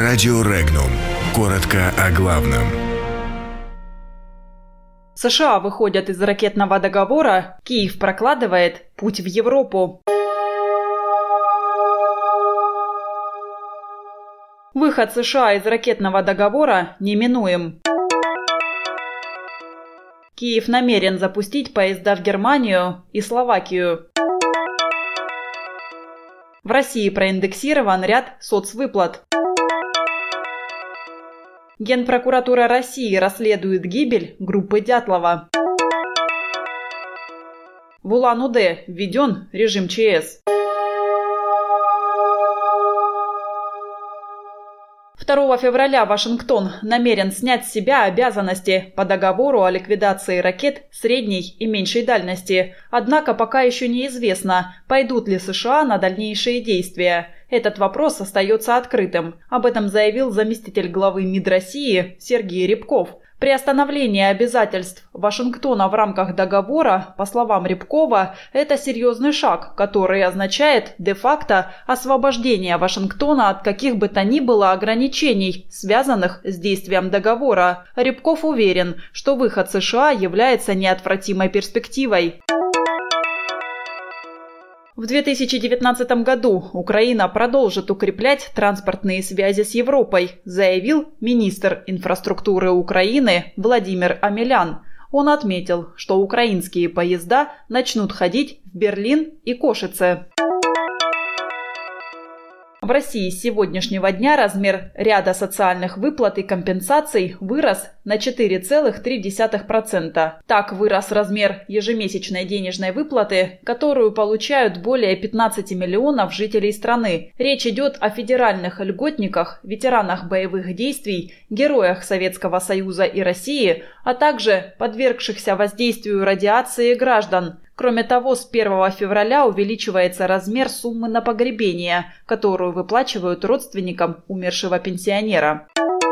Радио Регнум. Коротко о главном. США выходят из ракетного договора, Киев прокладывает путь в Европу. Выход США из ракетного договора неминуем. Киев намерен запустить поезда в Германию и Словакию. В России проиндексирован ряд соцвыплат. Генпрокуратура России расследует гибель группы Дятлова. В Улан-Удэ введен режим ЧС. 2 февраля Вашингтон намерен снять с себя обязанности по договору о ликвидации ракет средней и меньшей дальности. Однако пока еще неизвестно, пойдут ли США на дальнейшие действия. Этот вопрос остается открытым. Об этом заявил заместитель главы МИД России Сергей Рябков. Приостановление обязательств Вашингтона в рамках договора, по словам Рябкова, это серьезный шаг, который означает де-факто освобождение Вашингтона от каких бы то ни было ограничений, связанных с действием договора. Рябков уверен, что выход США является неотвратимой перспективой. В 2019 году Украина продолжит укреплять транспортные связи с Европой, заявил министр инфраструктуры Украины Владимир Омелян. Он отметил, что украинские поезда начнут ходить в Берлин и Кошице. В России с сегодняшнего дня размер ряда социальных выплат и компенсаций вырос на 4,3%. Так вырос размер ежемесячной денежной выплаты, которую получают более 15 миллионов жителей страны. Речь идет о федеральных льготниках, ветеранах боевых действий, героях Советского Союза и России, а также подвергшихся воздействию радиации граждан. Кроме того, с 1 февраля увеличивается размер суммы на погребение, которую выплачивают родственникам умершего пенсионера.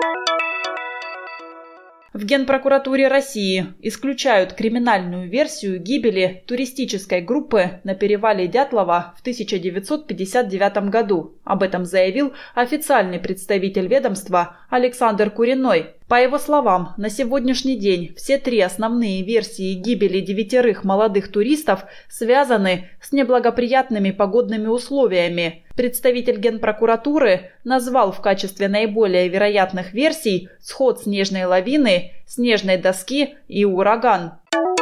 В Генпрокуратуре России исключают криминальную версию гибели туристической группы на перевале Дятлова в 1959 году. Об этом заявил официальный представитель ведомства Александр Куриной. По его словам, на сегодняшний день все три основные версии гибели 9 молодых туристов связаны с неблагоприятными погодными условиями. Представитель Генпрокуратуры назвал в качестве наиболее вероятных версий сход снежной лавины, снежной доски и ураган.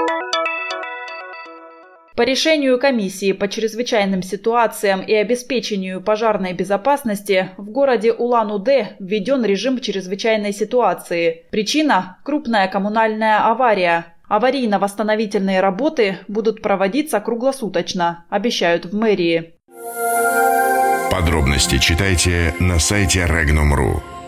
По решению комиссии по чрезвычайным ситуациям и обеспечению пожарной безопасности в городе Улан-Удэ введен режим чрезвычайной ситуации. Причина – крупная коммунальная авария. Аварийно-восстановительные работы будут проводиться круглосуточно, обещают в мэрии. Подробности читайте на сайте Regnum.ru.